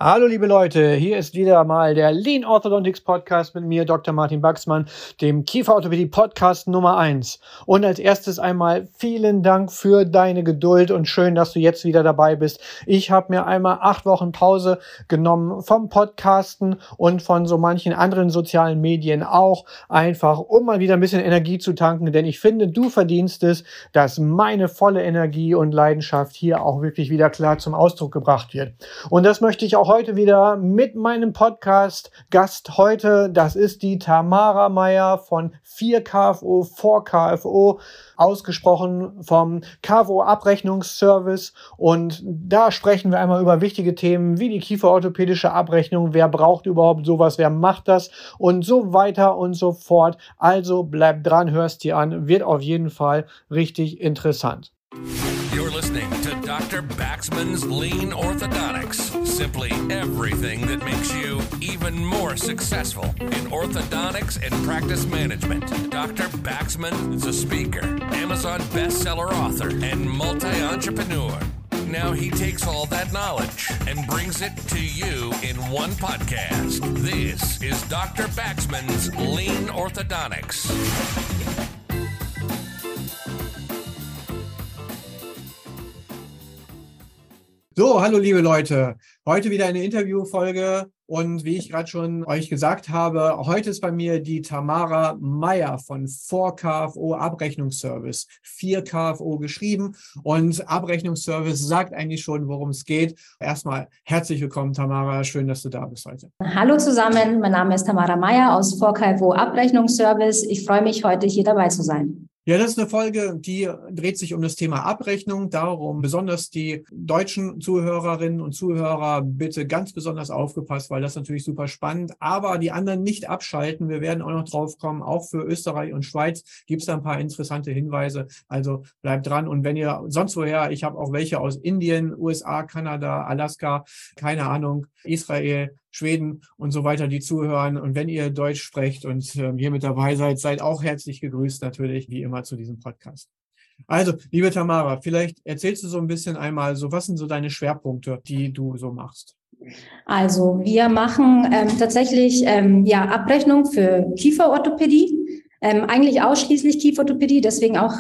Hallo liebe Leute, hier ist wieder mal der Lean Orthodontics Podcast mit mir, Dr. Martin Baxmann, dem Kieferorthopädie Podcast Nummer 1. Und als erstes einmal vielen Dank für deine Geduld und schön, dass du jetzt wieder dabei bist. Ich habe mir einmal 8 Wochen Pause genommen vom Podcasten und von so manchen anderen sozialen Medien auch, einfach um mal wieder ein bisschen Energie zu tanken, denn ich finde, du verdienst es, dass meine volle Energie und Leidenschaft hier auch wirklich wieder klar zum Ausdruck gebracht wird. Und das möchte ich auch heute wieder mit meinem Podcast-Gast heute. Das ist die Tamara Meyer von 4KFO, 4KFO, ausgesprochen vom KFO-Abrechnungsservice. Und da sprechen wir einmal über wichtige Themen wie die kieferorthopädische Abrechnung. Wer braucht überhaupt sowas? Wer macht das? Und so weiter und so fort. Also bleib dran, hörst dir an. Wird auf jeden Fall richtig interessant. You're listening to Dr. Baxman's Lean Orthodontics. Simply everything that makes you even more successful in orthodontics and practice management. Dr. Baxman is a speaker, Amazon bestseller author, and multi-entrepreneur. Now he takes all that knowledge and brings it to you in one podcast. This is Dr. Baxman's Lean Orthodontics. So, hallo liebe Leute, heute wieder eine Interviewfolge und wie ich gerade schon euch gesagt habe, heute ist bei mir die Tamara Meyer von 4KFO Abrechnungsservice, 4KFO geschrieben und Abrechnungsservice sagt eigentlich schon, worum es geht. Erstmal herzlich willkommen Tamara, schön, dass du da bist heute. Hallo zusammen, mein Name ist Tamara Meyer aus 4KFO Abrechnungsservice. Ich freue mich, heute hier dabei zu sein. Ja, das ist eine Folge, die dreht sich um das Thema Abrechnung. Darum besonders die deutschen Zuhörerinnen und Zuhörer bitte ganz besonders aufgepasst, weil das natürlich super spannend. Aber die anderen nicht abschalten. Wir werden auch noch drauf kommen. Auch für Österreich und Schweiz gibt es da ein paar interessante Hinweise. Also bleibt dran. Und wenn ihr sonst woher, ich habe auch welche aus Indien, USA, Kanada, Alaska, keine Ahnung, Israel, Schweden und so weiter, die zuhören. Und wenn ihr Deutsch sprecht und hier mit dabei seid, seid auch herzlich gegrüßt natürlich, wie immer, zu diesem Podcast. Also, liebe Tamara, vielleicht erzählst du so ein bisschen einmal, so was sind so deine Schwerpunkte, die du so machst? Also, wir machen tatsächlich Abrechnung für Kieferorthopädie, eigentlich ausschließlich Kieferorthopädie, deswegen auch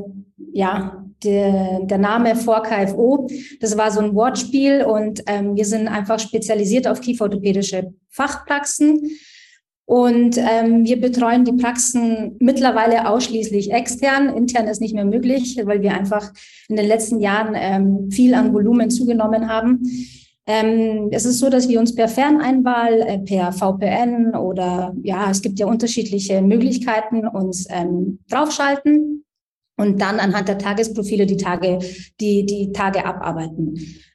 der Name 4KFO, das war so ein Wortspiel und wir sind einfach spezialisiert auf kieferorthopädische Fachpraxen und wir betreuen die Praxen mittlerweile ausschließlich extern. Intern ist nicht mehr möglich, weil wir einfach in den letzten Jahren viel an Volumen zugenommen haben. Es ist so, dass wir uns per Ferneinwahl, per VPN oder es gibt ja unterschiedliche Möglichkeiten, uns draufschalten. Und dann anhand der Tagesprofile die Tage abarbeiten.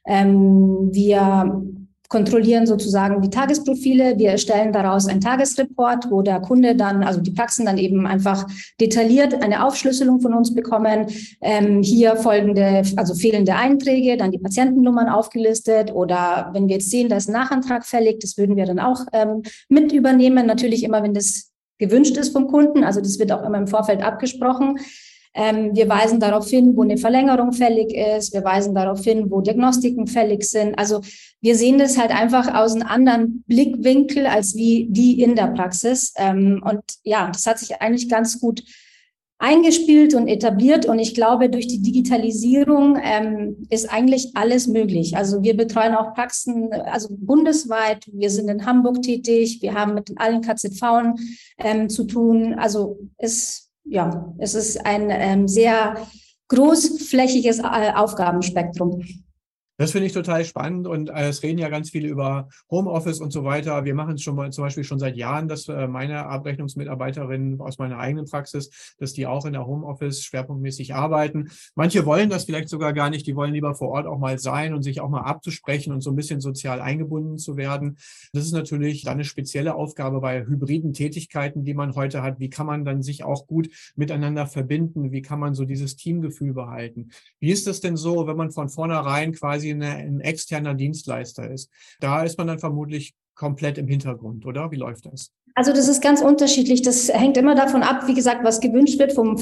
Wir kontrollieren sozusagen die Tagesprofile. Wir erstellen daraus einen Tagesreport, wo der Kunde dann, also die Praxen dann eben einfach detailliert eine Aufschlüsselung von uns bekommen. Hier fehlende Einträge, dann die Patientennummern aufgelistet oder wenn wir jetzt sehen, da ist ein Nachantrag fällig, das würden wir dann auch mit übernehmen. Natürlich immer, wenn das gewünscht ist vom Kunden. Also das wird auch immer im Vorfeld abgesprochen. Wir weisen darauf hin, wo eine Verlängerung fällig ist. Wir weisen darauf hin, wo Diagnostiken fällig sind. Also wir sehen das halt einfach aus einem anderen Blickwinkel als wie die in der Praxis. Das hat sich eigentlich ganz gut eingespielt und etabliert. Und ich glaube, durch die Digitalisierung ist eigentlich alles möglich. Also wir betreuen auch Praxen, also bundesweit. Wir sind in Hamburg tätig. Wir haben mit allen KZV zu tun. Also es ist ein sehr großflächiges Aufgabenspektrum. Das finde ich total spannend und es reden ja ganz viele über Homeoffice und so weiter. Wir machen es zum Beispiel schon seit Jahren, dass meine Abrechnungsmitarbeiterinnen aus meiner eigenen Praxis, dass die auch in der Homeoffice schwerpunktmäßig arbeiten. Manche wollen das vielleicht sogar gar nicht, die wollen lieber vor Ort auch mal sein und sich auch mal abzusprechen und so ein bisschen sozial eingebunden zu werden. Das ist natürlich dann eine spezielle Aufgabe bei hybriden Tätigkeiten, die man heute hat. Wie kann man dann sich auch gut miteinander verbinden? Wie kann man so dieses Teamgefühl behalten? Wie ist das denn so, wenn man von vornherein quasi ein externer Dienstleister ist? Da ist man dann vermutlich komplett im Hintergrund, oder? Wie läuft das? Also das ist ganz unterschiedlich. Das hängt immer davon ab, wie gesagt, was gewünscht wird von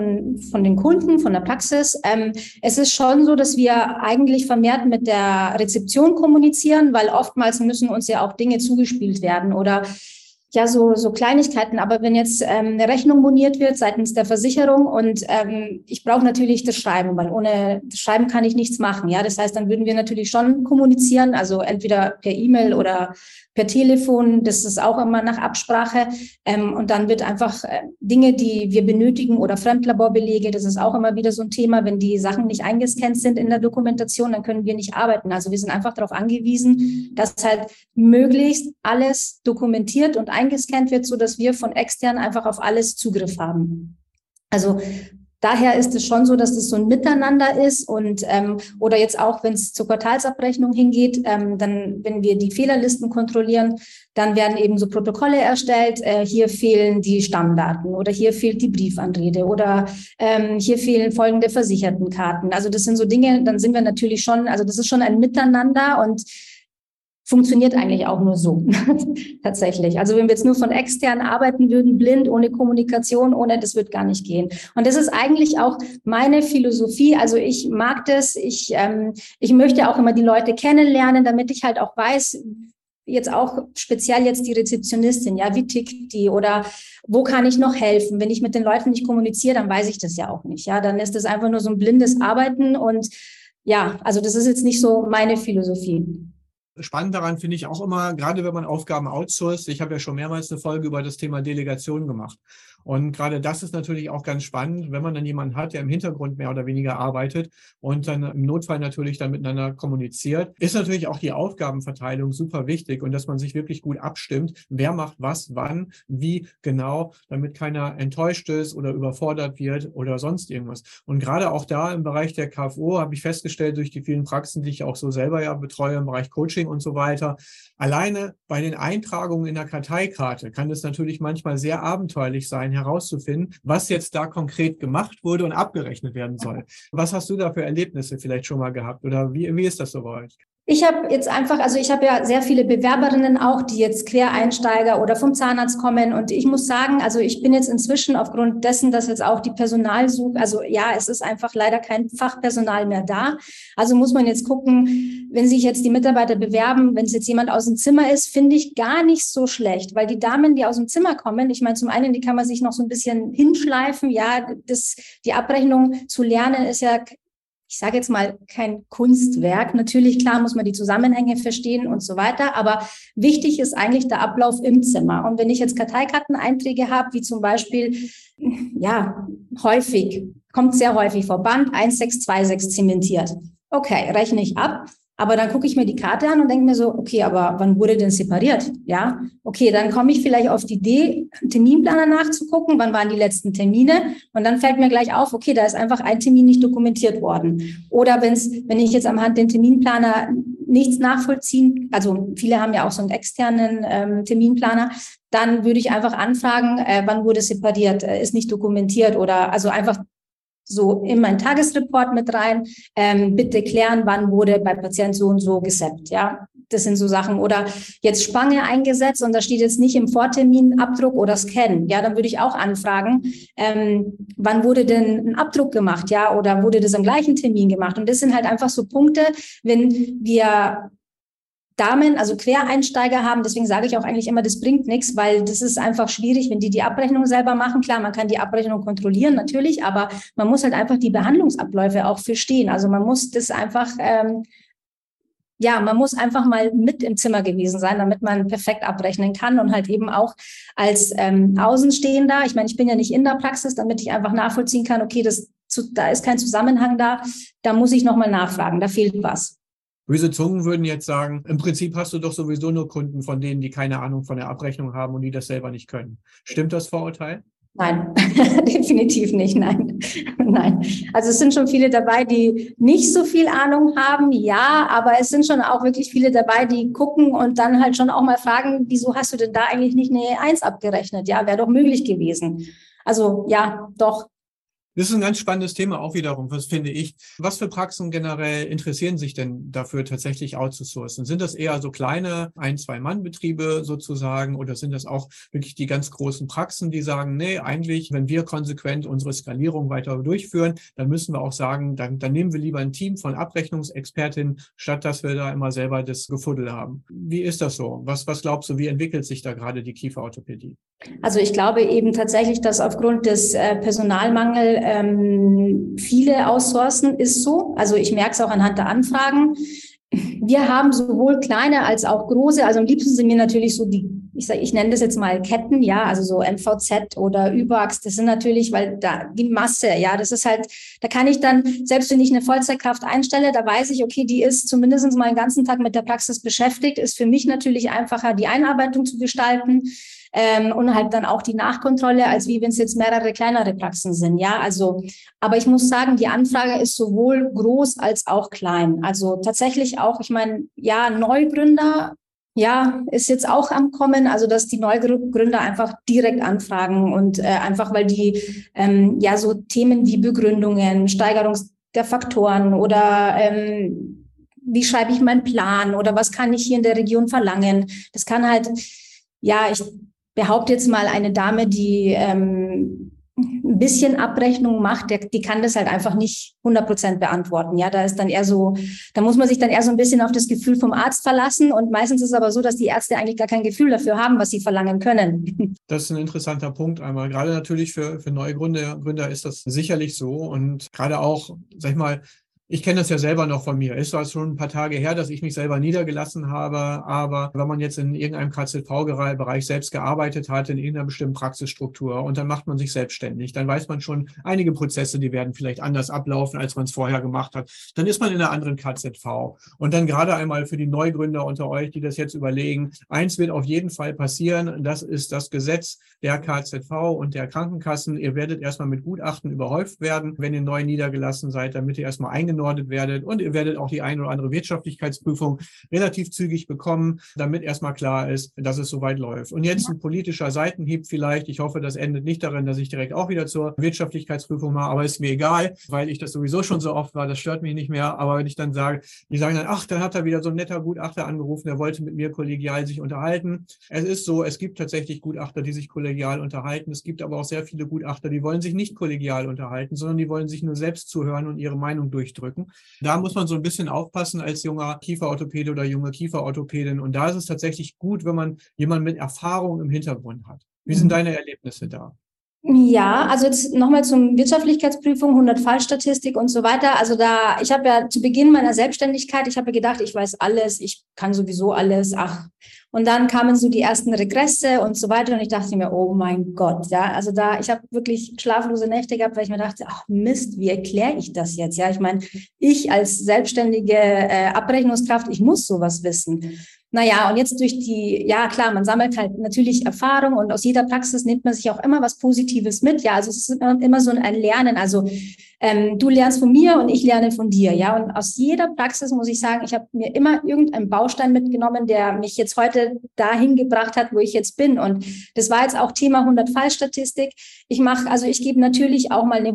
den Kunden, von der Praxis. Es ist schon so, dass wir eigentlich vermehrt mit der Rezeption kommunizieren, weil oftmals müssen uns ja auch Dinge zugespielt werden oder ja, so Kleinigkeiten. Aber wenn jetzt eine Rechnung moniert wird seitens der Versicherung und ich brauche natürlich das Schreiben, weil ohne das Schreiben kann ich nichts machen. Ja, das heißt, dann würden wir natürlich schon kommunizieren, also entweder per E-Mail oder per Telefon. Das ist auch immer nach Absprache. Und dann wird einfach Dinge, die wir benötigen oder Fremdlaborbelege, das ist auch immer wieder so ein Thema. Wenn die Sachen nicht eingescannt sind in der Dokumentation, dann können wir nicht arbeiten. Also wir sind einfach darauf angewiesen, dass halt möglichst alles dokumentiert und eingescannt wird, so dass wir von extern einfach auf alles Zugriff haben. Also daher ist es schon so, dass es so ein Miteinander ist und oder jetzt auch, wenn es zur Quartalsabrechnung hingeht, dann, wenn wir die Fehlerlisten kontrollieren, dann werden eben so Protokolle erstellt. Hier fehlen die Stammdaten oder hier fehlt die Briefanrede oder hier fehlen folgende Versichertenkarten. Also das sind so Dinge, dann sind wir natürlich schon, also das ist schon ein Miteinander und funktioniert eigentlich auch nur so, tatsächlich. Also wenn wir jetzt nur von extern arbeiten würden, blind, ohne Kommunikation, ohne, das wird gar nicht gehen. Und das ist eigentlich auch meine Philosophie. Also ich mag das, ich möchte auch immer die Leute kennenlernen, damit ich halt auch weiß, jetzt auch speziell jetzt die Rezeptionistin, ja, wie tickt die oder wo kann ich noch helfen? Wenn ich mit den Leuten nicht kommuniziere, dann weiß ich das ja auch nicht, ja, dann ist das einfach nur so ein blindes Arbeiten und ja, also das ist jetzt nicht so meine Philosophie. Spannend daran finde ich auch immer, gerade wenn man Aufgaben outsourced, ich habe ja schon mehrmals eine Folge über das Thema Delegation gemacht. Und gerade das ist natürlich auch ganz spannend, wenn man dann jemanden hat, der im Hintergrund mehr oder weniger arbeitet und dann im Notfall natürlich dann miteinander kommuniziert, ist natürlich auch die Aufgabenverteilung super wichtig und dass man sich wirklich gut abstimmt, wer macht was, wann, wie genau, damit keiner enttäuscht ist oder überfordert wird oder sonst irgendwas. Und gerade auch da im Bereich der KFO habe ich festgestellt, durch die vielen Praxen, die ich auch so selber ja betreue im Bereich Coaching und so weiter, alleine bei den Eintragungen in der Karteikarte kann es natürlich manchmal sehr abenteuerlich sein, herauszufinden, was jetzt da konkret gemacht wurde und abgerechnet werden soll. Was hast du da für Erlebnisse vielleicht schon mal gehabt oder wie ist das so bei euch? Ich habe jetzt einfach, also ich habe ja sehr viele Bewerberinnen auch, die jetzt Quereinsteiger oder vom Zahnarzt kommen und ich muss sagen, also ich bin jetzt inzwischen aufgrund dessen, dass jetzt auch die Personalsuche, also ja, es ist einfach leider kein Fachpersonal mehr da, also muss man jetzt gucken, wenn sich jetzt die Mitarbeiter bewerben, wenn es jetzt jemand aus dem Zimmer ist, finde ich gar nicht so schlecht, weil die Damen, die aus dem Zimmer kommen, ich meine zum einen, die kann man sich noch so ein bisschen hinschleifen, ja, die Abrechnung zu lernen ist ja, ich sage jetzt mal, kein Kunstwerk. Natürlich, klar, muss man die Zusammenhänge verstehen und so weiter. Aber wichtig ist eigentlich der Ablauf im Zimmer. Und wenn ich jetzt Karteikarteneinträge habe, wie zum Beispiel, ja, kommt sehr häufig vor, Band 1626 zementiert. Okay, rechne ich ab. Aber dann gucke ich mir die Karte an und denke mir so, okay, aber wann wurde denn separiert? Ja, okay, dann komme ich vielleicht auf die Idee, einen Terminplaner nachzugucken, wann waren die letzten Termine? Und dann fällt mir gleich auf, okay, da ist einfach ein Termin nicht dokumentiert worden. Oder wenn ich jetzt anhand den Terminplaner nichts nachvollziehen, also viele haben ja auch so einen externen Terminplaner, dann würde ich einfach anfragen, wann wurde separiert, ist nicht dokumentiert oder also einfach so in meinen Tagesreport mit rein, bitte klären, wann wurde bei Patient so und so gesappt, ja. Das sind so Sachen. Oder jetzt Spange eingesetzt und da steht jetzt nicht im Vortermin Abdruck oder Scan, ja, dann würde ich auch anfragen, wann wurde denn ein Abdruck gemacht, ja, oder wurde das am gleichen Termin gemacht? Und das sind halt einfach so Punkte, wenn wir Damen, also Quereinsteiger haben, deswegen sage ich auch eigentlich immer, das bringt nichts, weil das ist einfach schwierig, wenn die Abrechnung selber machen. Klar, man kann die Abrechnung kontrollieren, natürlich, aber man muss halt einfach die Behandlungsabläufe auch verstehen. Also man muss das einfach, man muss einfach mal mit im Zimmer gewesen sein, damit man perfekt abrechnen kann und halt eben auch als Außenstehender, ich meine, ich bin ja nicht in der Praxis, damit ich einfach nachvollziehen kann, okay, da ist kein Zusammenhang da muss ich nochmal nachfragen, da fehlt was. Böse Zungen würden jetzt sagen, im Prinzip hast du doch sowieso nur Kunden von denen, die keine Ahnung von der Abrechnung haben und die das selber nicht können. Stimmt das Vorurteil? Nein, definitiv nicht, nein. Nein. Also es sind schon viele dabei, die nicht so viel Ahnung haben, ja, aber es sind schon auch wirklich viele dabei, die gucken und dann halt schon auch mal fragen, wieso hast du denn da eigentlich nicht eine E1 abgerechnet? Ja, wäre doch möglich gewesen. Also ja, doch. Das ist ein ganz spannendes Thema auch wiederum, was finde ich. Was für Praxen generell interessieren sich denn dafür, tatsächlich outzusourcen? Sind das eher so kleine 1-2-Mann-Betriebe sozusagen oder sind das auch wirklich die ganz großen Praxen, die sagen, nee, eigentlich, wenn wir konsequent unsere Skalierung weiter durchführen, dann müssen wir auch sagen, dann nehmen wir lieber ein Team von Abrechnungsexpertinnen, statt dass wir da immer selber das Gefuddel haben. Wie ist das so? Was glaubst du, wie entwickelt sich da gerade die Kieferorthopädie? Also ich glaube eben tatsächlich, dass aufgrund des Personalmangels viele outsourcen, ist so. Also ich merke es auch anhand der Anfragen. Wir haben sowohl kleine als auch große, also am liebsten sind mir natürlich so die, ich nenne das jetzt mal Ketten, ja, also so MVZ oder ÜBAX, das sind natürlich, weil da die Masse, ja, das ist halt, da kann ich dann, selbst wenn ich eine Vollzeitkraft einstelle, da weiß ich, okay, die ist zumindest mal den ganzen Tag mit der Praxis beschäftigt, ist für mich natürlich einfacher, die Einarbeitung zu gestalten. Und halt dann auch die Nachkontrolle, als wie wenn es jetzt mehrere kleinere Praxen sind. Ja, also, aber ich muss sagen, die Anfrage ist sowohl groß als auch klein. Also tatsächlich auch, ich meine, ja, Neugründer, ja, ist jetzt auch am Kommen, also dass die Neugründer einfach direkt anfragen und einfach, weil die ja so Themen wie Begründungen, Steigerung der Faktoren oder wie schreibe ich meinen Plan oder was kann ich hier in der Region verlangen? Das kann halt, ja, ich behaupte jetzt mal, eine Dame, die ein bisschen Abrechnung macht, die kann das halt einfach nicht 100% beantworten. Ja, da ist dann eher so, da muss man sich dann eher so ein bisschen auf das Gefühl vom Arzt verlassen. Und meistens ist es aber so, dass die Ärzte eigentlich gar kein Gefühl dafür haben, was sie verlangen können. Das ist ein interessanter Punkt einmal. Gerade natürlich für Neugründer ist das sicherlich so. Und gerade auch, sag ich mal, ich kenne das ja selber noch von mir. Ist zwar schon ein paar Tage her, dass ich mich selber niedergelassen habe, aber wenn man jetzt in irgendeinem KZV-Bereich selbst gearbeitet hat, in irgendeiner bestimmten Praxisstruktur und dann macht man sich selbstständig, dann weiß man schon, einige Prozesse, die werden vielleicht anders ablaufen, als man es vorher gemacht hat. Dann ist man in einer anderen KZV. Und dann gerade einmal für die Neugründer unter euch, die das jetzt überlegen, eins wird auf jeden Fall passieren, das ist das Gesetz der KZV und der Krankenkassen. Ihr werdet erstmal mit Gutachten überhäuft werden, wenn ihr neu niedergelassen seid, damit ihr erstmal eingenordet werdet und ihr werdet auch die eine oder andere Wirtschaftlichkeitsprüfung relativ zügig bekommen, damit erstmal klar ist, dass es soweit läuft. Und jetzt ein politischer Seitenhieb vielleicht. Ich hoffe, das endet nicht darin, dass ich direkt auch wieder zur Wirtschaftlichkeitsprüfung mache, aber ist mir egal, weil ich das sowieso schon so oft war, das stört mich nicht mehr. Aber wenn ich dann sage, die sagen dann, ach, dann hat da wieder so ein netter Gutachter angerufen, der wollte mit mir kollegial sich unterhalten. Es ist so, es gibt tatsächlich Gutachter, die sich kollegial unterhalten. Es gibt aber auch sehr viele Gutachter, die wollen sich nicht kollegial unterhalten, sondern die wollen sich nur selbst zuhören und ihre Meinung durchdrücken. Da muss man so ein bisschen aufpassen als junger Kieferorthopäde oder junge Kieferorthopädin. Und da ist es tatsächlich gut, wenn man jemanden mit Erfahrung im Hintergrund hat. Wie sind deine Erlebnisse da? Ja, also jetzt nochmal zum Wirtschaftlichkeitsprüfung, 100-Fall-Statistik und so weiter. Also da, ich habe ja zu Beginn meiner Selbstständigkeit, ich habe gedacht, ich weiß alles, ich kann sowieso alles, ach. Und dann kamen so die ersten Regresse und so weiter und ich dachte mir, oh mein Gott, ja, also da, ich habe wirklich schlaflose Nächte gehabt, weil ich mir dachte, ach Mist, wie erkläre ich das jetzt? Ja, ich meine, ich als selbstständige Abrechnungskraft, ich muss sowas wissen. Naja, und jetzt durch die, ja klar, man sammelt halt natürlich Erfahrung und aus jeder Praxis nimmt man sich auch immer was Positives mit. Ja, also es ist immer so ein Lernen. Also du lernst von mir und ich lerne von dir. Ja, und aus jeder Praxis muss ich sagen, ich habe mir immer irgendeinen Baustein mitgenommen, der mich jetzt heute dahin gebracht hat, wo ich jetzt bin. Und das war jetzt auch Thema 100-Fall-Statistik. Ich gebe natürlich auch mal eine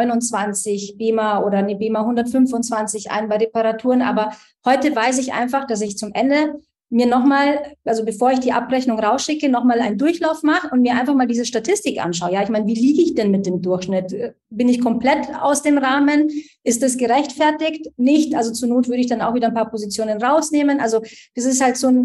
129 BEMA oder eine BEMA 125 ein bei Reparaturen. Aber heute weiß ich einfach, dass ich zum Ende mir nochmal, also bevor ich die Abrechnung rausschicke, nochmal einen Durchlauf mache und mir einfach mal diese Statistik anschaue. Ja, ich meine, wie liege ich denn mit dem Durchschnitt? Bin ich komplett aus dem Rahmen? Ist das gerechtfertigt? Nicht. Also zur Not würde ich dann auch wieder ein paar Positionen rausnehmen. Also das ist halt so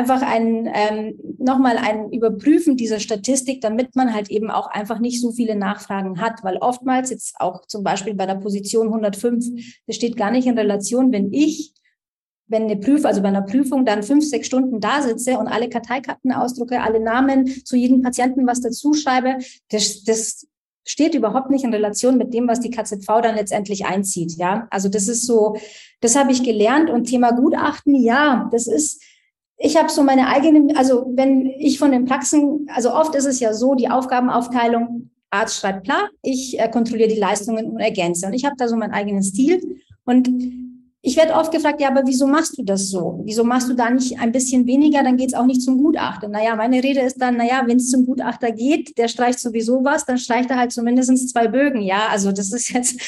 nochmal ein Überprüfen dieser Statistik, damit man halt eben auch einfach nicht so viele Nachfragen hat. Weil oftmals jetzt auch zum Beispiel bei der Position 105, das steht gar nicht in Relation, wenn bei einer Prüfung dann 5-6 Stunden da sitze und alle Karteikarten ausdrucke, alle Namen zu jedem Patienten was dazu schreibe, das steht überhaupt nicht in Relation mit dem, was die KZV dann letztendlich einzieht. Ja, also das ist so, das habe ich gelernt. Und Thema Gutachten, ja, ich habe so meine eigene, also wenn ich von den Praxen, also oft ist es ja so, die Aufgabenaufteilung, Arzt schreibt klar, ich kontrolliere die Leistungen und ergänze. Und ich habe da so meinen eigenen Stil und ich werde oft gefragt, ja, aber wieso machst du das so? Wieso machst du da nicht ein bisschen weniger? Dann geht es auch nicht zum Gutachter. Naja, meine Rede ist dann, naja, wenn es zum Gutachter geht, der streicht sowieso was, dann streicht er halt zumindest 2 Bögen. Ja, also das ist jetzt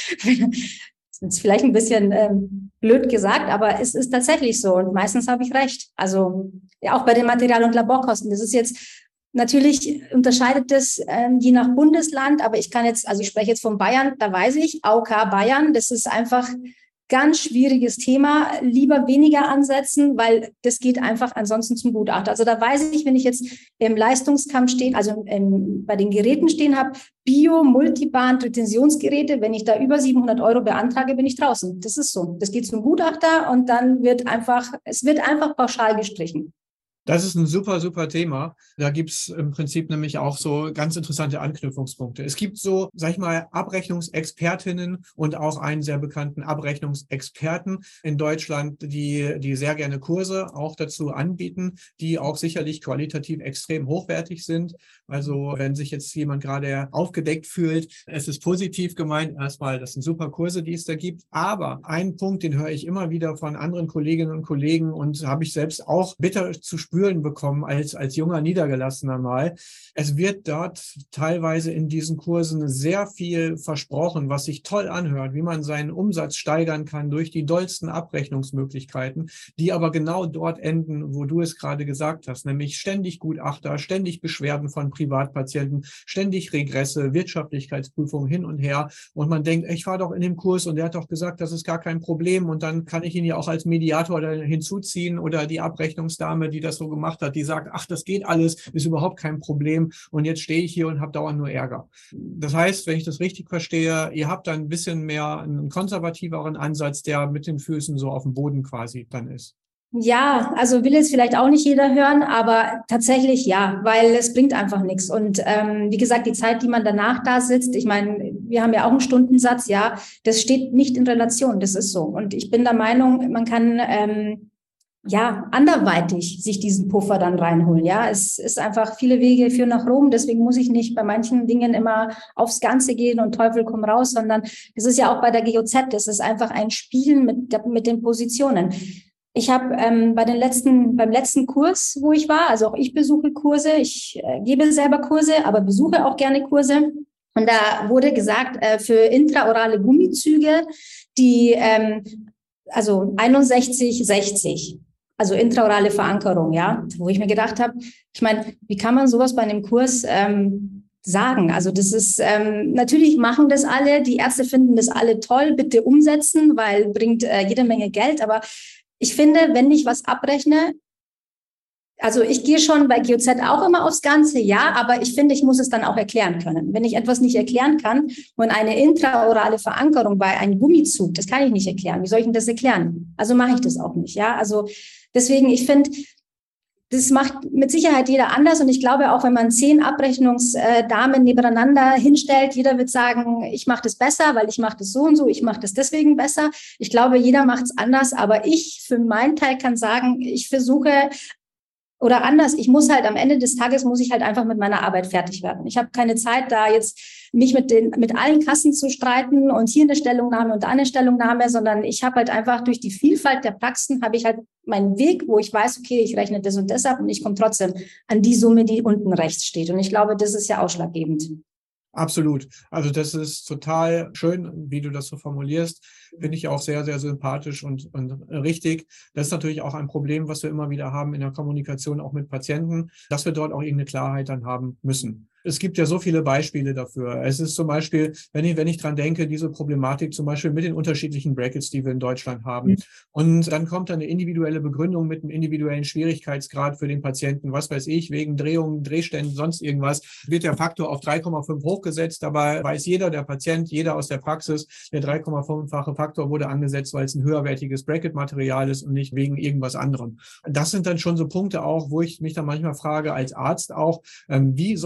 vielleicht ein bisschen blöd gesagt, aber es ist tatsächlich so. Und meistens habe ich recht. Also ja, auch bei den Material- und Laborkosten. Das ist jetzt natürlich unterscheidet das je nach Bundesland, aber ich spreche jetzt von Bayern, da weiß ich, AOK Bayern, das ist einfach ganz schwieriges Thema, lieber weniger ansetzen, weil das geht einfach ansonsten zum Gutachter. Also da weiß ich, wenn ich jetzt im Leistungskampf stehen, also bei den Geräten stehen habe, Bio, Multiband, Retentionsgeräte, wenn ich da über 700 € beantrage, bin ich draußen. Das ist so. Das geht zum Gutachter und dann wird einfach pauschal gestrichen. Das ist ein super, super Thema. Da gibt's im Prinzip nämlich auch so ganz interessante Anknüpfungspunkte. Es gibt so, sag ich mal, Abrechnungsexpertinnen und auch einen sehr bekannten Abrechnungsexperten in Deutschland, die sehr gerne Kurse auch dazu anbieten, die auch sicherlich qualitativ extrem hochwertig sind. Also wenn sich jetzt jemand gerade aufgedeckt fühlt, es ist positiv gemeint. Erstmal, das sind super Kurse, die es da gibt. Aber einen Punkt, den höre ich immer wieder von anderen Kolleginnen und Kollegen und habe ich selbst auch bitter zu spüren bekommen als junger Niedergelassener mal. Es wird dort teilweise in diesen Kursen sehr viel versprochen, was sich toll anhört, wie man seinen Umsatz steigern kann durch die dollsten Abrechnungsmöglichkeiten, die aber genau dort enden, wo du es gerade gesagt hast, nämlich ständig Gutachter, ständig Beschwerden von Privatpatienten, ständig Regresse, Wirtschaftlichkeitsprüfungen hin und her. Und man denkt, ich war doch in dem Kurs und der hat doch gesagt, das ist gar kein Problem. Und dann kann ich ihn ja auch als Mediator hinzuziehen oder die Abrechnungsdame, die das so gemacht hat, die sagt, ach, das geht alles, ist überhaupt kein Problem. Und jetzt stehe ich hier und habe dauernd nur Ärger. Das heißt, wenn ich das richtig verstehe, ihr habt da ein bisschen mehr einen konservativeren Ansatz, der mit den Füßen so auf dem Boden quasi dann ist. Ja, also will jetzt vielleicht auch nicht jeder hören, aber tatsächlich ja, weil es bringt einfach nichts. Und wie gesagt, die Zeit, die man danach da sitzt, ich meine, wir haben ja auch einen Stundensatz, ja, das steht nicht in Relation, das ist so. Und ich bin der Meinung, man kann anderweitig sich diesen Puffer dann reinholen. Ja, es ist einfach, viele Wege führen nach Rom. Deswegen muss ich nicht bei manchen Dingen immer aufs Ganze gehen und Teufel komm raus, sondern es ist ja auch bei der GOZ, das ist einfach ein Spielen mit den Positionen. Ich habe beim letzten Kurs, wo ich war, also auch ich besuche Kurse, ich gebe selber Kurse, aber besuche auch gerne Kurse. Und da wurde gesagt, für intraorale Gummizüge, die also 61,60, also intraorale Verankerung, ja, wo ich mir gedacht habe, ich meine, wie kann man sowas bei einem Kurs sagen? Also das ist, natürlich machen das alle, die Ärzte finden das alle toll, bitte umsetzen, weil bringt jede Menge Geld, aber ich finde, wenn ich was abrechne, also ich gehe schon bei GOZ auch immer aufs Ganze, ja, aber ich finde, ich muss es dann auch erklären können. Wenn ich etwas nicht erklären kann und eine intraorale Verankerung bei einem Gummizug, das kann ich nicht erklären. Wie soll ich denn das erklären? Also mache ich das auch nicht, ja. Also deswegen, ich finde, das macht mit Sicherheit jeder anders und ich glaube auch, wenn man 10 Abrechnungsdamen nebeneinander hinstellt, jeder wird sagen, ich mache das besser, weil ich mache das so und so, ich mache das deswegen besser. Ich glaube, jeder macht es anders, aber ich für meinen Teil kann sagen, ich versuche oder anders, ich muss halt am Ende des Tages muss ich halt einfach mit meiner Arbeit fertig werden. Ich habe keine Zeit, da jetzt mich mit allen Kassen zu streiten und hier eine Stellungnahme und da eine Stellungnahme, sondern ich habe halt einfach durch die Vielfalt der Praxen habe ich halt meinen Weg, wo ich weiß, okay, ich rechne das und das ab und ich komme trotzdem an die Summe, die unten rechts steht. Und ich glaube, das ist ja ausschlaggebend. Absolut. Also das ist total schön, wie du das so formulierst. Finde ich auch sehr, sehr sympathisch und richtig. Das ist natürlich auch ein Problem, was wir immer wieder haben in der Kommunikation auch mit Patienten, dass wir dort auch irgendeine Klarheit dann haben müssen. Es gibt ja so viele Beispiele dafür. Es ist zum Beispiel, wenn ich dran denke, diese Problematik zum Beispiel mit den unterschiedlichen Brackets, die wir in Deutschland haben. Und dann kommt eine individuelle Begründung mit einem individuellen Schwierigkeitsgrad für den Patienten. Was weiß ich, wegen Drehungen, Drehständen, sonst irgendwas, wird der Faktor auf 3,5 hochgesetzt. Dabei weiß der Patient, jeder aus der Praxis, der 3,5-fache Faktor wurde angesetzt, weil es ein höherwertiges Bracket-Material ist und nicht wegen irgendwas anderem. Das sind dann schon so Punkte auch, wo ich mich dann manchmal frage als Arzt auch, wie soll ich denn jetzt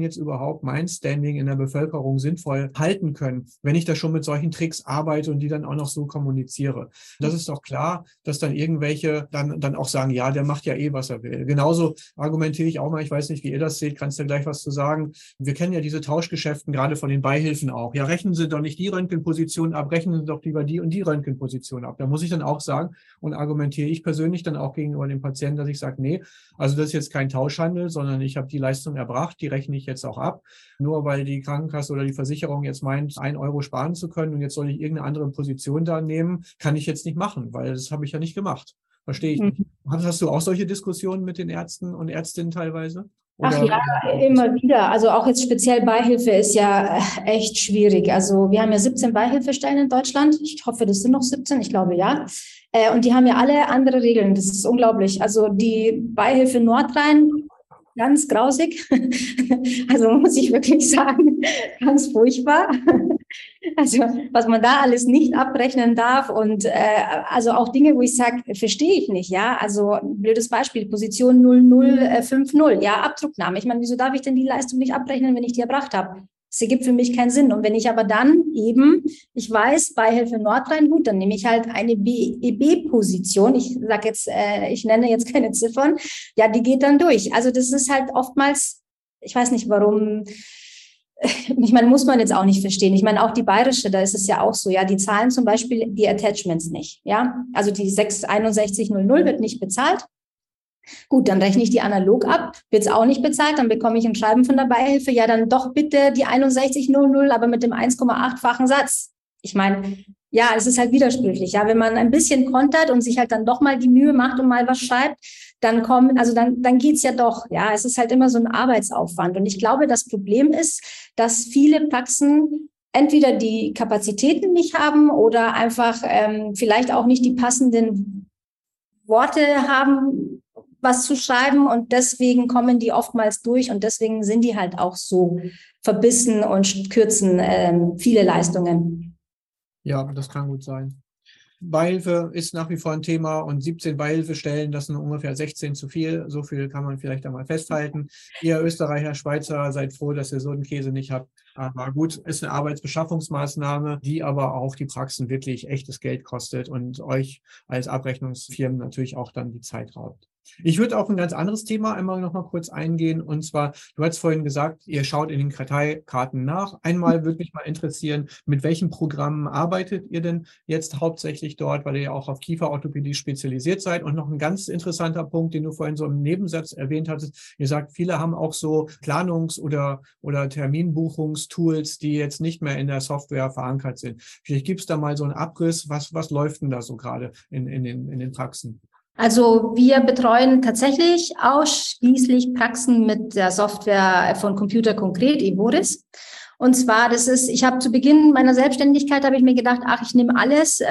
jetzt überhaupt mein Standing in der Bevölkerung sinnvoll halten können, wenn ich da schon mit solchen Tricks arbeite und die dann auch noch so kommuniziere? Das ist doch klar, dass dann irgendwelche dann auch sagen, ja, der macht ja eh, was er will. Genauso argumentiere ich auch mal, ich weiß nicht, wie ihr das seht, kannst du gleich was zu sagen. Wir kennen ja diese Tauschgeschäften gerade von den Beihilfen auch. Ja, rechnen Sie doch nicht die Röntgenposition ab, rechnen Sie doch lieber die und die Röntgenposition ab. Da muss ich dann auch sagen und argumentiere ich persönlich dann auch gegenüber dem Patienten, dass ich sage, nee, also das ist jetzt kein Tauschhandel, sondern ich habe die Leistung erbracht, die rechne ich jetzt auch ab. Nur weil die Krankenkasse oder die Versicherung jetzt meint, 1 Euro sparen zu können und jetzt soll ich irgendeine andere Position da nehmen, kann ich jetzt nicht machen, weil das habe ich ja nicht gemacht. Verstehe ich nicht. Hast du auch solche Diskussionen mit den Ärzten und Ärztinnen teilweise? Oder? Ach ja, immer wieder. Also auch jetzt speziell Beihilfe ist ja echt schwierig. Also wir haben ja 17 Beihilfestellen in Deutschland. Ich hoffe, das sind noch 17. Ich glaube, ja. Und die haben ja alle andere Regeln. Das ist unglaublich. Also die Beihilfe Nordrhein, ganz grausig. Also muss ich wirklich sagen, ganz furchtbar. Also was man da alles nicht abrechnen darf und also auch Dinge, wo ich sage, verstehe ich nicht, ja. Also blödes Beispiel, Position 0050, ja, Abdrucknahme. Ich meine, wieso darf ich denn die Leistung nicht abrechnen, wenn ich die erbracht habe? Das ergibt für mich keinen Sinn. Und wenn ich aber dann eben, ich weiß, Beihilfe Nordrhein, gut, dann nehme ich halt eine BEB-Position. Ich sage jetzt, ich nenne jetzt keine Ziffern. Ja, die geht dann durch. Also das ist halt oftmals, ich weiß nicht warum. Ich meine, muss man jetzt auch nicht verstehen. Ich meine, auch die bayerische, da ist es ja auch so, ja, die zahlen zum Beispiel die Attachments nicht, ja. Also die 66100 wird nicht bezahlt. Gut, dann rechne ich die analog ab, wird es auch nicht bezahlt, dann bekomme ich ein Schreiben von der Beihilfe, ja, dann doch bitte die 6100, aber mit dem 1,8-fachen Satz. Ich meine, ja, es ist halt widersprüchlich, ja, wenn man ein bisschen kontert und sich halt dann doch mal die Mühe macht und mal was schreibt, dann geht's ja doch, ja, es ist halt immer so ein Arbeitsaufwand. Und ich glaube, das Problem ist, dass viele Praxen entweder die Kapazitäten nicht haben oder einfach vielleicht auch nicht die passenden Worte haben, was zu schreiben, und deswegen kommen die oftmals durch und deswegen sind die halt auch so verbissen und kürzen viele Leistungen. Ja, das kann gut sein. Beihilfe ist nach wie vor ein Thema und 17 Beihilfestellen, das sind ungefähr 16 zu viel. So viel kann man vielleicht einmal festhalten. Ihr Österreicher, Schweizer, seid froh, dass ihr so einen Käse nicht habt. Aber gut, ist eine Arbeitsbeschaffungsmaßnahme, die aber auch die Praxen wirklich echtes Geld kostet und euch als Abrechnungsfirmen natürlich auch dann die Zeit raubt. Ich würde auf ein ganz anderes Thema einmal noch mal kurz eingehen. Und zwar, du hast vorhin gesagt, ihr schaut in den Karteikarten nach. Einmal würde mich mal interessieren, mit welchen Programmen arbeitet ihr denn jetzt hauptsächlich dort, weil ihr ja auch auf Kieferorthopädie spezialisiert seid. Und noch ein ganz interessanter Punkt, den du vorhin so im Nebensatz erwähnt hattest. Ihr sagt, viele haben auch so Planungs- oder Terminbuchungstools, die jetzt nicht mehr in der Software verankert sind. Vielleicht gibt es da mal so einen Abriss. Was läuft denn da so gerade in den Praxen? Also wir betreuen tatsächlich ausschließlich Praxen mit der Software von Computer Konkret, Evoris. Und zwar, ich habe zu Beginn meiner Selbstständigkeit, habe ich mir gedacht, ich nehme alles.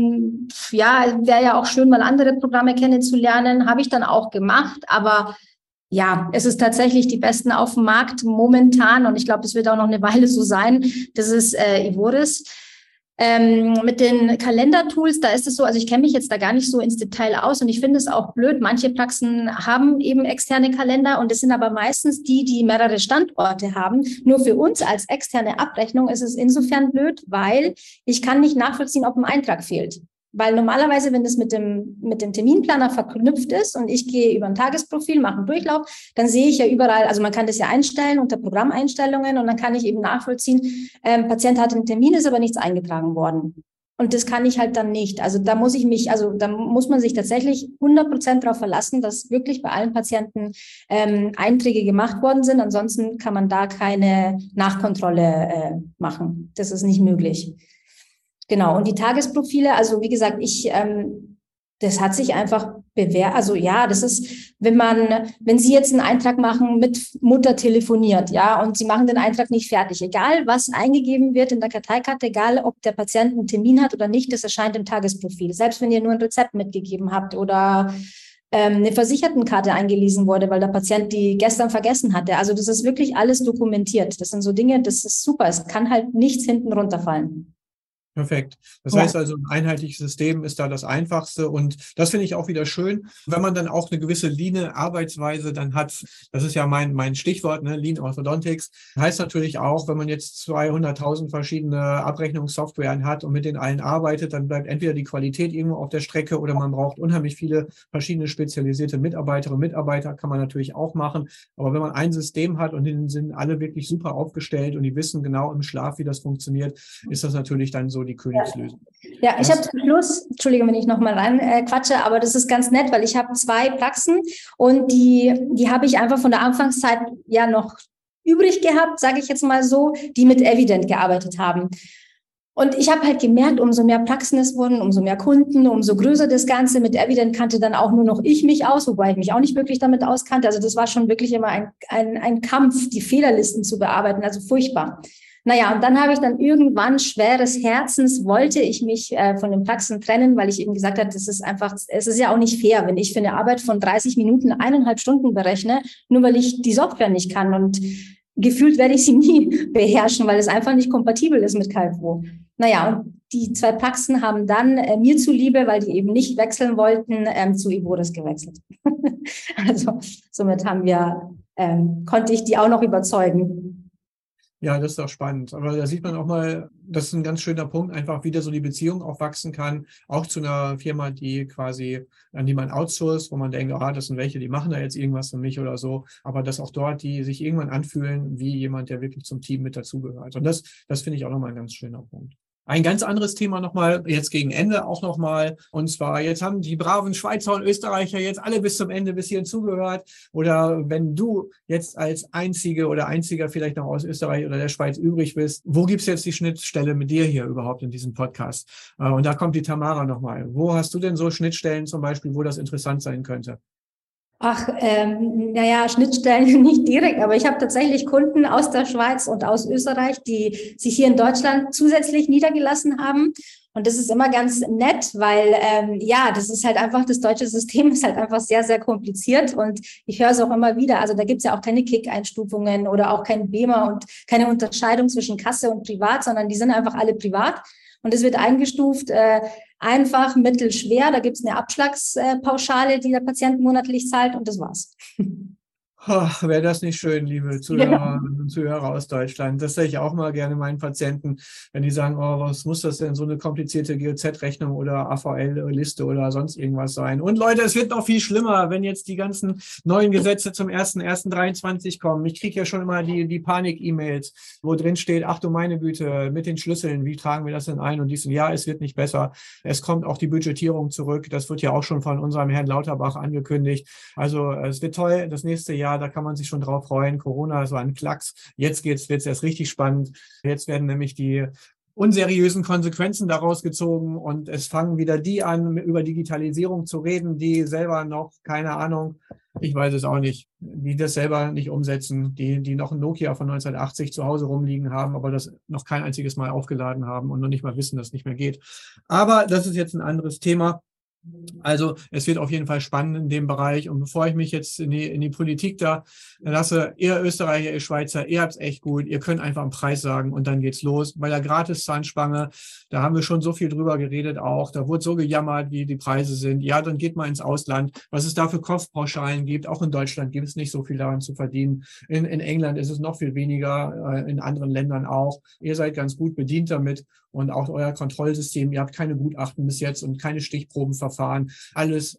Ja, wäre ja auch schön, mal andere Programme kennenzulernen. Habe ich dann auch gemacht. Aber ja, es ist tatsächlich die besten auf dem Markt momentan. Und ich glaube, es wird auch noch eine Weile so sein. Das ist Evoris. Mit den Kalendertools, da ist es so, also ich kenne mich jetzt da gar nicht so ins Detail aus und ich finde es auch blöd. Manche Praxen haben eben externe Kalender und es sind aber meistens die mehrere Standorte haben. Nur für uns als externe Abrechnung ist es insofern blöd, weil ich kann nicht nachvollziehen, ob ein Eintrag fehlt. Weil normalerweise, wenn das mit dem Terminplaner verknüpft ist und ich gehe über ein Tagesprofil, mache einen Durchlauf, dann sehe ich ja überall, also man kann das ja einstellen unter Programmeinstellungen und dann kann ich eben nachvollziehen, Patient hatte einen Termin, ist aber nichts eingetragen worden. Und das kann ich halt dann nicht. Also da muss man sich tatsächlich 100% darauf verlassen, dass wirklich bei allen Patienten Einträge gemacht worden sind. Ansonsten kann man da keine Nachkontrolle machen. Das ist nicht möglich. Genau, und die Tagesprofile, also wie gesagt, das hat sich einfach bewährt. Also ja, das ist, wenn Sie jetzt einen Eintrag machen, mit Mutter telefoniert, ja, und Sie machen den Eintrag nicht fertig, egal was eingegeben wird in der Karteikarte, egal ob der Patient einen Termin hat oder nicht, das erscheint im Tagesprofil. Selbst wenn ihr nur ein Rezept mitgegeben habt oder eine Versichertenkarte eingelesen wurde, weil der Patient die gestern vergessen hatte. Also das ist wirklich alles dokumentiert. Das sind so Dinge, das ist super. Es kann halt nichts hinten runterfallen. Perfekt. Das heißt also, ein einheitliches System ist da das Einfachste. Und das finde ich auch wieder schön, wenn man dann auch eine gewisse Lean-Arbeitsweise dann hat. Das ist ja mein Stichwort, ne? Lean Orthodontics. Heißt natürlich auch, wenn man jetzt 200.000 verschiedene Abrechnungssoftwaren hat und mit denen allen arbeitet, dann bleibt entweder die Qualität irgendwo auf der Strecke oder man braucht unheimlich viele verschiedene spezialisierte Mitarbeiterinnen und Mitarbeiter, kann man natürlich auch machen. Aber wenn man ein System hat und die sind alle wirklich super aufgestellt und die wissen genau im Schlaf, wie das funktioniert, ist das natürlich dann so die Königslösung. Ja, ich habe zum Schluss, Entschuldigung, wenn ich nochmal rein quatsche, aber das ist ganz nett, weil ich habe 2 Praxen und die habe ich einfach von der Anfangszeit ja noch übrig gehabt, sage ich jetzt mal so, die mit Evident gearbeitet haben. Und ich habe halt gemerkt, umso mehr Praxen es wurden, umso mehr Kunden, umso größer das Ganze. Mit Evident kannte dann auch nur noch ich mich aus, wobei ich mich auch nicht wirklich damit auskannte. Also das war schon wirklich immer ein Kampf, die Fehlerlisten zu bearbeiten, also furchtbar. Naja, und dann habe ich dann irgendwann schweres Herzens, wollte ich mich von den Praxen trennen, weil ich eben gesagt habe, das ist einfach, es ist ja auch nicht fair, wenn ich für eine Arbeit von 30 Minuten 1,5 Stunden berechne, nur weil ich die Software nicht kann. Und gefühlt werde ich sie nie beherrschen, weil es einfach nicht kompatibel ist mit KFO. Naja, und die 2 Praxen haben dann mir zuliebe, weil die eben nicht wechseln wollten, zu Evoris gewechselt. Also somit konnte ich die auch noch überzeugen. Ja, das ist doch spannend. Aber da sieht man auch mal, das ist ein ganz schöner Punkt, einfach wieder so die Beziehung auch wachsen kann, auch zu einer Firma, die quasi, an die man outsourced, wo man denkt, das sind welche, die machen da jetzt irgendwas für mich oder so. Aber dass auch dort die sich irgendwann anfühlen wie jemand, der wirklich zum Team mit dazugehört. Und das finde ich auch nochmal ein ganz schöner Punkt. Ein ganz anderes Thema nochmal, jetzt gegen Ende auch nochmal. Und zwar, jetzt haben die braven Schweizer und Österreicher jetzt alle bis zum Ende bis hierhin zugehört. Oder wenn du jetzt als Einzige oder Einziger vielleicht noch aus Österreich oder der Schweiz übrig bist, wo gibt's jetzt die Schnittstelle mit dir hier überhaupt in diesem Podcast? Und da kommt die Tamara nochmal. Wo hast du denn so Schnittstellen zum Beispiel, wo das interessant sein könnte? Ach, Schnittstellen nicht direkt, aber ich habe tatsächlich Kunden aus der Schweiz und aus Österreich, die sich hier in Deutschland zusätzlich niedergelassen haben. Und das ist immer ganz nett, weil das ist halt einfach, das deutsche System ist halt einfach sehr, sehr kompliziert und ich höre es auch immer wieder. Also da gibt es ja auch keine Kick-Einstufungen oder auch kein BEMA und keine Unterscheidung zwischen Kasse und Privat, sondern die sind einfach alle privat. Und es wird eingestuft, einfach, mittel, schwer. Da gibt es eine Abschlagspauschale, die der Patient monatlich zahlt und das war's. Wäre das nicht schön, liebe Zuhörerinnen und Zuhörer aus Deutschland. Das sage ich auch mal gerne meinen Patienten, wenn die sagen, was muss das denn, so eine komplizierte GOZ-Rechnung oder AVL-Liste oder sonst irgendwas sein. Und Leute, es wird noch viel schlimmer, wenn jetzt die ganzen neuen Gesetze zum 1.1.23 kommen. Ich kriege ja schon immer die Panik-E-Mails, wo drin steht, ach du meine Güte, mit den Schlüsseln, wie tragen wir das denn ein? Und die sind, ja, es wird nicht besser. Es kommt auch die Budgetierung zurück. Das wird ja auch schon von unserem Herrn Lauterbach angekündigt. Also es wird toll, das nächste Jahr. Da kann man sich schon drauf freuen. Corona, das war ein Klacks. Jetzt wird es erst richtig spannend. Jetzt werden nämlich die unseriösen Konsequenzen daraus gezogen und es fangen wieder die an, über Digitalisierung zu reden, die selber noch, keine Ahnung, ich weiß es auch nicht, die das selber nicht umsetzen, die noch ein Nokia von 1980 zu Hause rumliegen haben, aber das noch kein einziges Mal aufgeladen haben und noch nicht mal wissen, dass es nicht mehr geht. Aber das ist jetzt ein anderes Thema. Also es wird auf jeden Fall spannend in dem Bereich und bevor ich mich jetzt in die Politik da lasse, ihr Österreicher, ihr Schweizer, ihr habt es echt gut, ihr könnt einfach einen Preis sagen und dann geht's los. Bei der Gratis-Zahnspange, da haben wir schon so viel drüber geredet auch, da wurde so gejammert, wie die Preise sind. Ja, dann geht mal ins Ausland, was es da für Kopfpauschalen gibt. Auch in Deutschland gibt es nicht so viel daran zu verdienen. In England ist es noch viel weniger, in anderen Ländern auch. Ihr seid ganz gut bedient damit. Und auch euer Kontrollsystem, ihr habt keine Gutachten bis jetzt und keine Stichprobenverfahren. Alles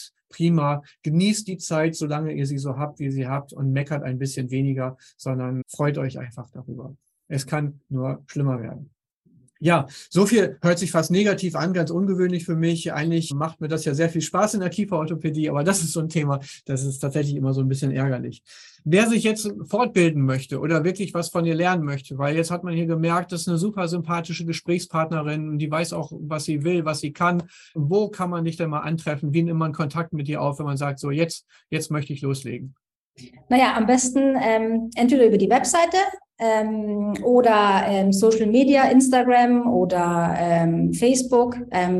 prima. Genießt die Zeit, solange ihr sie so habt, wie ihr sie habt und meckert ein bisschen weniger, sondern freut euch einfach darüber. Es kann nur schlimmer werden. Ja, so viel hört sich fast negativ an, ganz ungewöhnlich für mich. Eigentlich macht mir das ja sehr viel Spaß in der Kieferorthopädie, aber das ist so ein Thema, das ist tatsächlich immer so ein bisschen ärgerlich. Wer sich jetzt fortbilden möchte oder wirklich was von dir lernen möchte, weil jetzt hat man hier gemerkt, das ist eine super sympathische Gesprächspartnerin, die weiß auch, was sie will, was sie kann. Wo kann man dich denn mal antreffen? Wie nimmt man Kontakt mit dir auf, wenn man sagt, so jetzt möchte ich loslegen? Naja, am besten entweder über die Webseite oder Social Media, Instagram oder Facebook,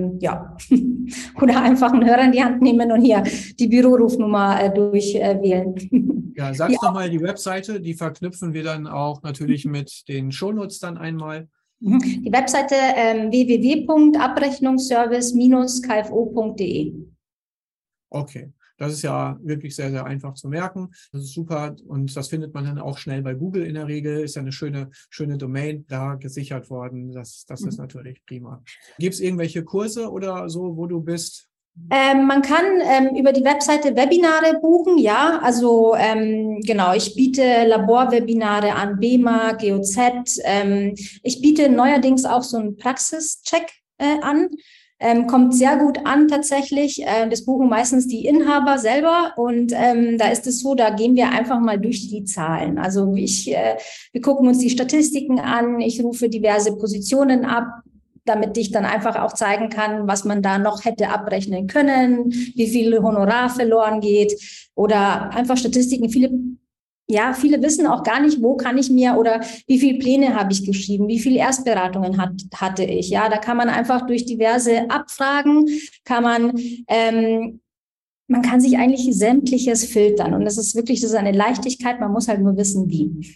oder einfach einen Hörer in die Hand nehmen und hier die Bürorufnummer durchwählen. Ja, sag's nochmal die Webseite, die verknüpfen wir dann auch natürlich mit den Shownotes dann einmal. Die Webseite www.abrechnungsservice-kfo.de. Okay. Das ist ja wirklich sehr, sehr einfach zu merken. Das ist super und das findet man dann auch schnell bei Google in der Regel. Ist ja eine schöne Domain da gesichert worden. Das ist natürlich prima. Gibt es irgendwelche Kurse oder so, wo du bist? Man kann über die Webseite Webinare buchen, ja. Also genau, ich biete Laborwebinare an, BEMA, GOZ. Ich biete neuerdings auch so einen Praxischeck an. Kommt sehr gut an tatsächlich. Das buchen meistens die Inhaber selber und da ist es so, da gehen wir einfach mal durch die Zahlen. Also wir gucken uns die Statistiken an, ich rufe diverse Positionen ab, damit ich dann einfach auch zeigen kann, was man da noch hätte abrechnen können, wie viel Honorar verloren geht oder einfach Statistiken. Viele wissen auch gar nicht, wo kann ich mir oder wie viele Pläne habe ich geschrieben, wie viele Erstberatungen hatte ich. Ja, da kann man einfach durch diverse Abfragen, man kann sich eigentlich sämtliches filtern. Und das ist eine Leichtigkeit, man muss halt nur wissen, wie.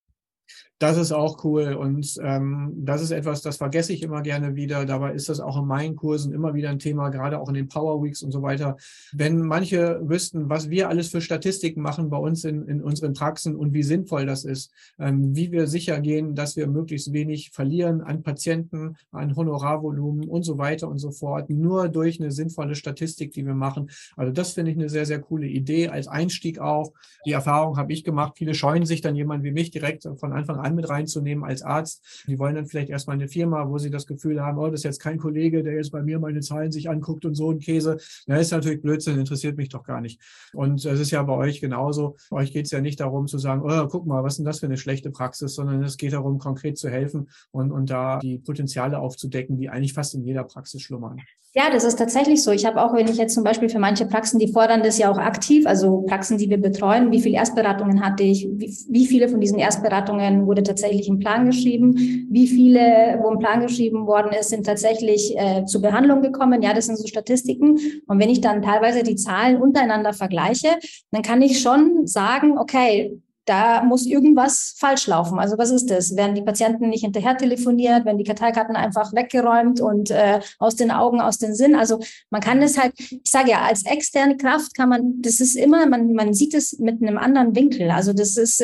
Das ist auch cool und das ist etwas, das vergesse ich immer gerne wieder. Dabei ist das auch in meinen Kursen immer wieder ein Thema, gerade auch in den Power Weeks und so weiter. Wenn manche wüssten, was wir alles für Statistiken machen bei uns in unseren Praxen und wie sinnvoll das ist, wie wir sicher gehen, dass wir möglichst wenig verlieren an Patienten, an Honorarvolumen und so weiter und so fort, nur durch eine sinnvolle Statistik, die wir machen. Also das finde ich eine sehr, sehr coole Idee als Einstieg auch. Die Erfahrung habe ich gemacht. Viele scheuen sich dann jemand wie mich direkt von Anfang an mit reinzunehmen als Arzt. Die wollen dann vielleicht erstmal eine Firma, wo sie das Gefühl haben, oh, das ist jetzt kein Kollege, der jetzt bei mir meine Zahlen sich anguckt und so ein Käse. Das ist natürlich Blödsinn, interessiert mich doch gar nicht. Und es ist ja bei euch genauso. Bei euch geht es ja nicht darum zu sagen, oh, guck mal, was ist denn das für eine schlechte Praxis, sondern es geht darum, konkret zu helfen und da die Potenziale aufzudecken, die eigentlich fast in jeder Praxis schlummern. Ja, das ist tatsächlich so. Ich habe auch, wenn ich jetzt zum Beispiel für manche Praxen, die fordern das ja auch aktiv, also Praxen, die wir betreuen, wie viele Erstberatungen hatte ich, wie viele von diesen Erstberatungen wurde tatsächlich im Plan geschrieben, wie viele, wo im Plan geschrieben worden ist, sind tatsächlich zur Behandlung gekommen. Ja, das sind so Statistiken. Und wenn ich dann teilweise die Zahlen untereinander vergleiche, dann kann ich schon sagen, okay, da muss irgendwas falsch laufen. Also was ist das? Werden die Patienten nicht hinterher telefoniert? Werden die Karteikarten einfach weggeräumt und aus den Augen, aus den Sinn? Also man kann das halt, ich sage ja, als externe Kraft kann man, das ist immer, man sieht es mit einem anderen Winkel. Also das ist,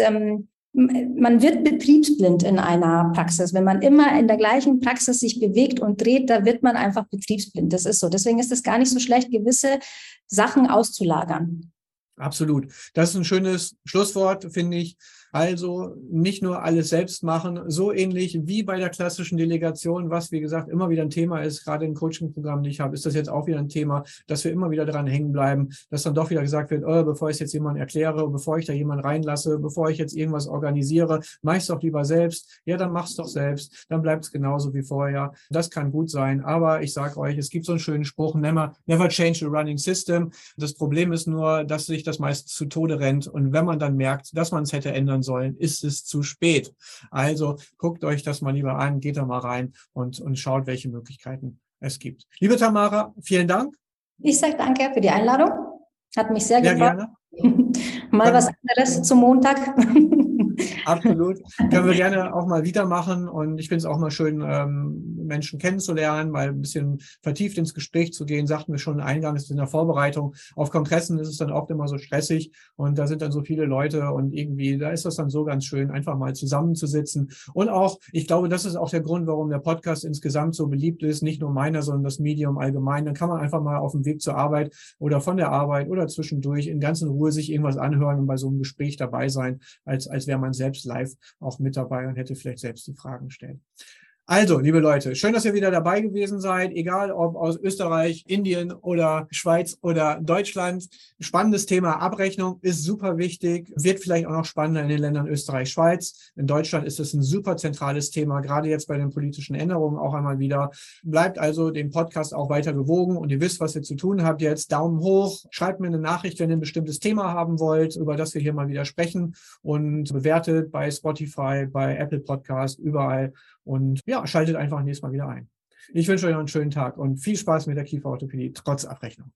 man wird betriebsblind in einer Praxis. Wenn man immer in der gleichen Praxis sich bewegt und dreht, da wird man einfach betriebsblind. Das ist so. Deswegen ist es gar nicht so schlecht, gewisse Sachen auszulagern. Absolut. Das ist ein schönes Schlusswort, finde ich. Also nicht nur alles selbst machen, so ähnlich wie bei der klassischen Delegation, was, wie gesagt, immer wieder ein Thema ist, gerade im Coaching-Programm, die ich habe, ist das jetzt auch wieder ein Thema, dass wir immer wieder dran hängen bleiben, dass dann doch wieder gesagt wird, bevor ich es jetzt jemandem erkläre, bevor ich da jemanden reinlasse, bevor ich jetzt irgendwas organisiere, mach ich es doch lieber selbst. Ja, dann mach's doch selbst, dann bleibt es genauso wie vorher. Das kann gut sein, aber ich sage euch, es gibt so einen schönen Spruch, never change a running system. Das Problem ist nur, dass sich das meistens zu Tode rennt und wenn man dann merkt, dass man es hätte ändern sollen, ist es zu spät. Also guckt euch das mal lieber an, geht da mal rein und schaut, welche Möglichkeiten es gibt. Liebe Tamara, vielen Dank. Ich sage danke für die Einladung. Hat mich sehr gefreut. Gerne. Mal was anderes zum Montag. Absolut. Können wir gerne auch mal wieder machen und ich finde es auch mal schön, Menschen kennenzulernen, mal ein bisschen vertieft ins Gespräch zu gehen. Sagten wir schon eingangs in der Vorbereitung. Auf Kongressen ist es dann oft immer so stressig und da sind dann so viele Leute und irgendwie, da ist das dann so ganz schön, einfach mal zusammenzusitzen. Und auch, ich glaube, das ist auch der Grund, warum der Podcast insgesamt so beliebt ist, nicht nur meiner, sondern das Medium allgemein. Dann kann man einfach mal auf dem Weg zur Arbeit oder von der Arbeit oder zwischendurch in ganzer Ruhe sich irgendwas anhören und bei so einem Gespräch dabei sein, als wäre man selbst live auch mit dabei und hätte vielleicht selbst die Fragen gestellt. Also, liebe Leute, schön, dass ihr wieder dabei gewesen seid, egal ob aus Österreich, Indien oder Schweiz oder Deutschland. Spannendes Thema Abrechnung ist super wichtig, wird vielleicht auch noch spannender in den Ländern Österreich, Schweiz. In Deutschland ist es ein super zentrales Thema, gerade jetzt bei den politischen Änderungen auch einmal wieder. Bleibt also dem Podcast auch weiter gewogen und ihr wisst, was ihr zu tun habt jetzt. Daumen hoch, schreibt mir eine Nachricht, wenn ihr ein bestimmtes Thema haben wollt, über das wir hier mal wieder sprechen und bewertet bei Spotify, bei Apple Podcast, überall. Und ja, schaltet einfach nächstes Mal wieder ein. Ich wünsche euch noch einen schönen Tag und viel Spaß mit der Kieferorthopädie, trotz Abrechnung.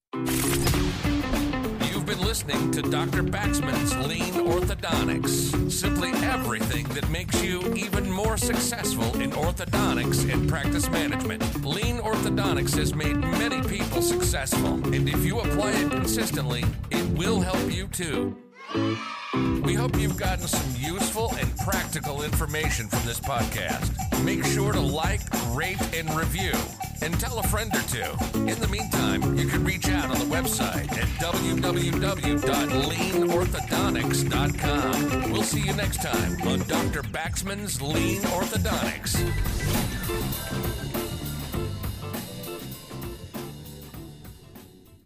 You've been listening to Dr. Baxman's Lean Orthodontics. Simply everything that makes you even more more successful in orthodontics and practice management. Lean Orthodontics has made many people successful, and if you apply it consistently, it will help you too. We hope you've gotten some useful and practical information from this podcast. Make sure to like, rate, and review, and tell a friend or two. In the meantime, you can reach out on the website at www.leanorthodontics.com. We'll see you next time on Dr. Baxman's Lean Orthodontics.